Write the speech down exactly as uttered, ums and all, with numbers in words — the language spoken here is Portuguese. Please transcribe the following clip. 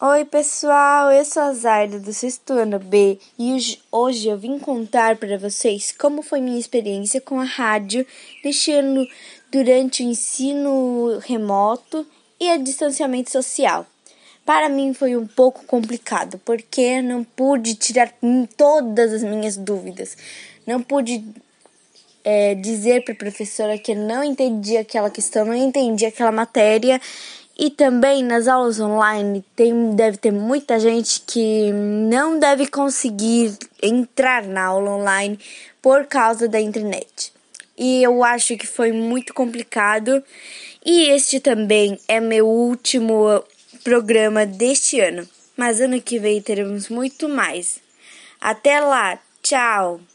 Oi pessoal, eu sou a Zaida do sexto ano B e hoje eu vim contar para vocês como foi minha experiência com a rádio neste ano durante o ensino remoto e o distanciamento social. Para mim foi um pouco complicado porque não pude tirar todas as minhas dúvidas, não pude é, dizer para a professora que eu não entendi aquela questão, não entendi aquela matéria. E também nas aulas online tem, deve ter muita gente que não deve conseguir entrar na aula online por causa da internet. E eu acho que foi muito complicado. E este também é meu último programa deste ano. Mas ano que vem teremos muito mais. Até lá, tchau!